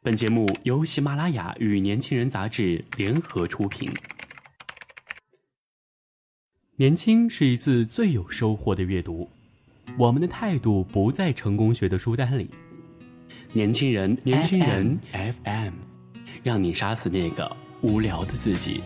本节目由喜马拉雅与年轻人杂志联合出品。年轻是一次最有收获的阅读，我们的态度不在成功学的书单里。年轻人 FM， 让你杀死那个无聊的自己。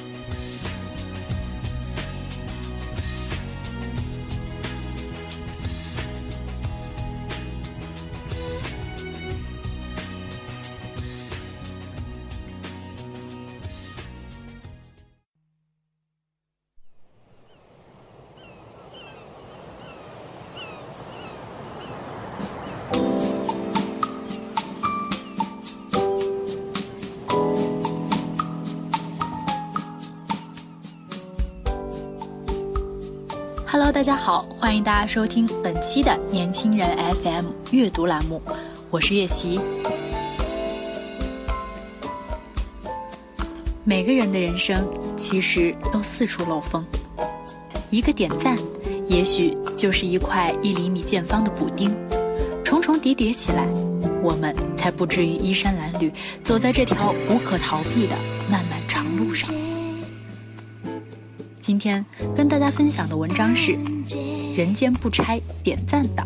Hello， 大家好，欢迎大家收听本期的年轻人 FM 阅读栏目，我是月琪。每个人的人生其实都四处漏风，一个点赞，也许就是一块1厘米见方的补丁，重重叠叠起来，我们才不至于衣衫褴褛，走在这条无可逃避的漫漫长路上。今天跟大家分享的文章是人间不拆点赞党。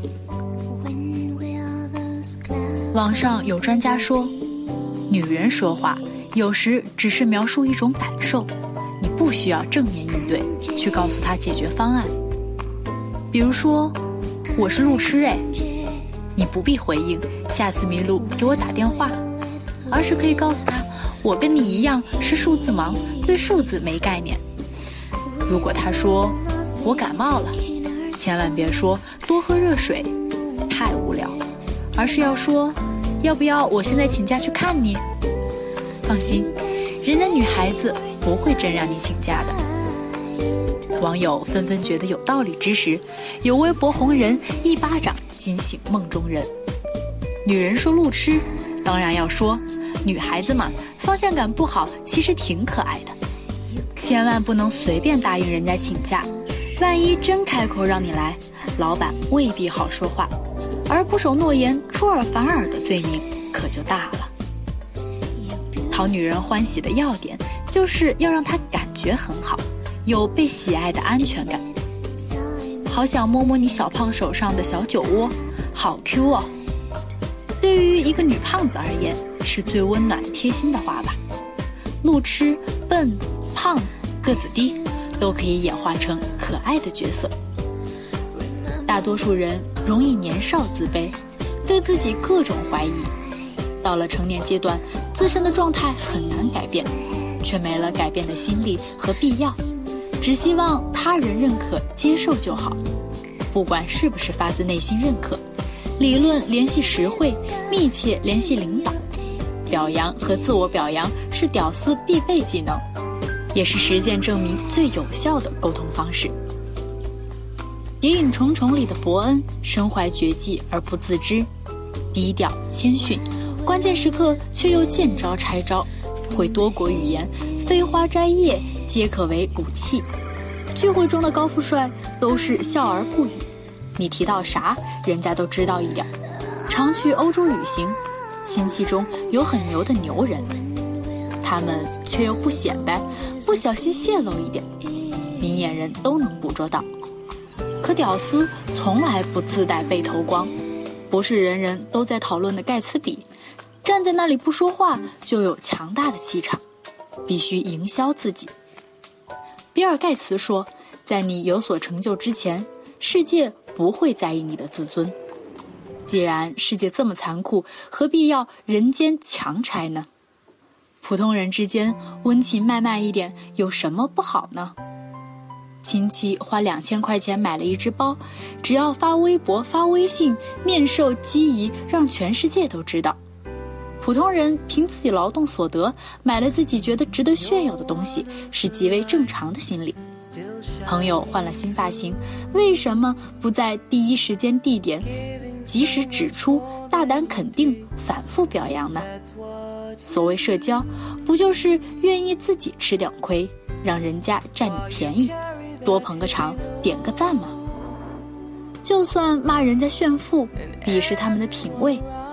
网上有专家说，女人说话有时只是描述一种感受，你不需要正面应对去告诉她解决方案。比如说，我是路痴你不必回应下次迷路给我打电话，而是可以告诉她，我跟你一样是数字盲，对数字没概念。如果他说我感冒了，千万别说多喝热水，太无聊，而是要说要不要我现在请假去看你。放心，人家女孩子不会真让你请假的。网友纷纷觉得有道理之时，有微博红人一巴掌惊醒梦中人。女人说路痴，当然要说女孩子嘛，方向感不好其实挺可爱的。千万不能随便答应人家请假，万一真开口让你来，老板未必好说话，而不守诺言出尔反尔的罪名可就大了。讨女人欢喜的要点就是要让她感觉很好，有被喜爱的安全感。好想摸摸你小胖手上的小酒窝，好 Q 哦。对于一个女胖子而言，是最温暖贴心的话吧。路痴、笨、胖、个子低，都可以演化成可爱的角色。大多数人容易年少自卑，对自己各种怀疑，到了成年阶段，自身的状态很难改变，却没了改变的心力和必要，只希望他人认可接受就好。不管是不是发自内心认可，理论联系实惠，密切联系领导，表扬和自我表扬是屌丝必备技能，也是实践证明最有效的沟通方式。谍影重重里的伯恩身怀绝技而不自知，低调谦逊，关键时刻却又见招拆招，会多国语言，飞花摘叶皆可为武器。聚会中的高富帅都是笑而不语，你提到啥人家都知道一点。常去欧洲旅行，亲戚中有很牛的牛人，他们却又不显摆，不小心泄露一点，明眼人都能捕捉到。可屌丝从来不自带背头光，不是人人都在讨论的盖茨比，站在那里不说话就有强大的气场，必须营销自己。比尔盖茨说，在你有所成就之前，世界不会在意你的自尊。既然世界这么残酷，何必要人间强拆呢？普通人之间温情脉脉一点，有什么不好呢？亲戚花2000块钱买了一只包，只要发微博发微信，面授机宜，让全世界都知道。普通人凭自己劳动所得买了自己觉得值得炫耀的东西，是极为正常的心理。朋友换了新发型，为什么不在第一时间地点及时指出，大胆肯定，反复表扬呢？所谓社交，不就是愿意自己吃点亏，让人家占你便宜，多捧个场，点个赞吗？就算骂人家炫富，鄙视他们的品味，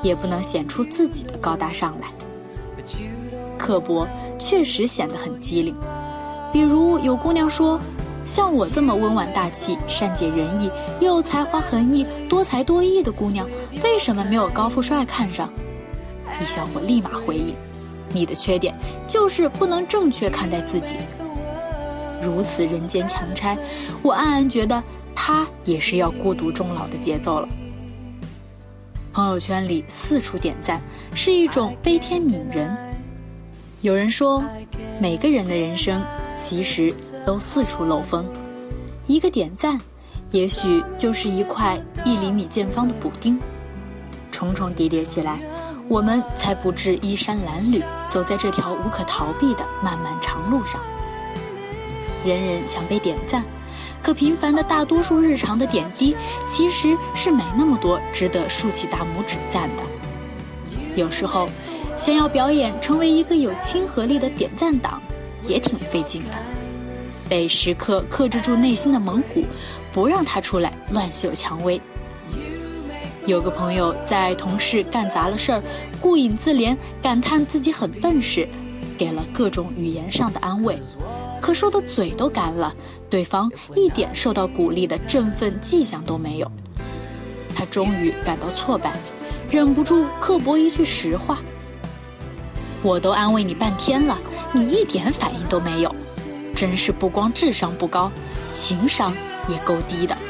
也不能显出自己的高大上来。刻薄确实显得很机灵，比如有姑娘说，像我这么温婉大气、善解人意、又才华横溢、多才多艺的姑娘，为什么没有高富帅看上？一小伙立马回应，你的缺点就是不能正确看待自己。如此人间强差，我暗暗觉得他也是要孤独终老的节奏了。朋友圈里四处点赞是一种悲天悯人。有人说，每个人的人生其实都四处漏风，一个点赞也许就是一块1厘米见方的补丁，重重叠叠起来，我们才不至衣衫褴褛，走在这条无可逃避的漫漫长路上。人人想被点赞，可平凡的大多数日常的点滴其实是没那么多值得竖起大拇指赞的。有时候想要表演成为一个有亲和力的点赞党也挺费劲的，得时刻克制住内心的猛虎，不让他出来乱秀蔷薇。有个朋友在同事干砸了事儿，顾影自怜，感叹自己很笨时，给了各种语言上的安慰，可说的嘴都干了，对方一点受到鼓励的振奋迹象都没有。他终于感到挫败，忍不住刻薄一句实话，我都安慰你半天了，你一点反应都没有，真是不光智商不高，情商也够低的。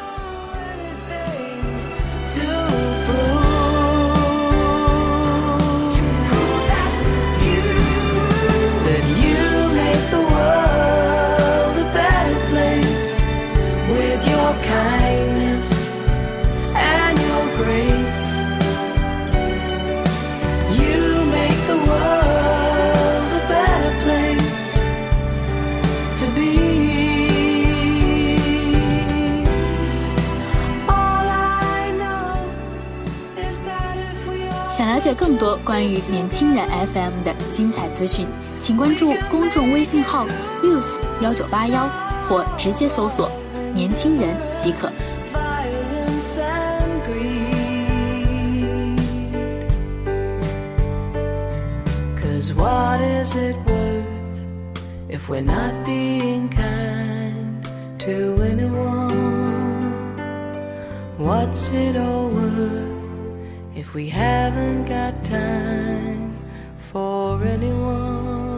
想了解更多关于年轻人 FM 的精彩资讯，请关注公众微信号 youth1981 或直接搜索年轻人即可。What is it worth if we're not being kind to anyone? What's it all worth if we haven't got time for anyone?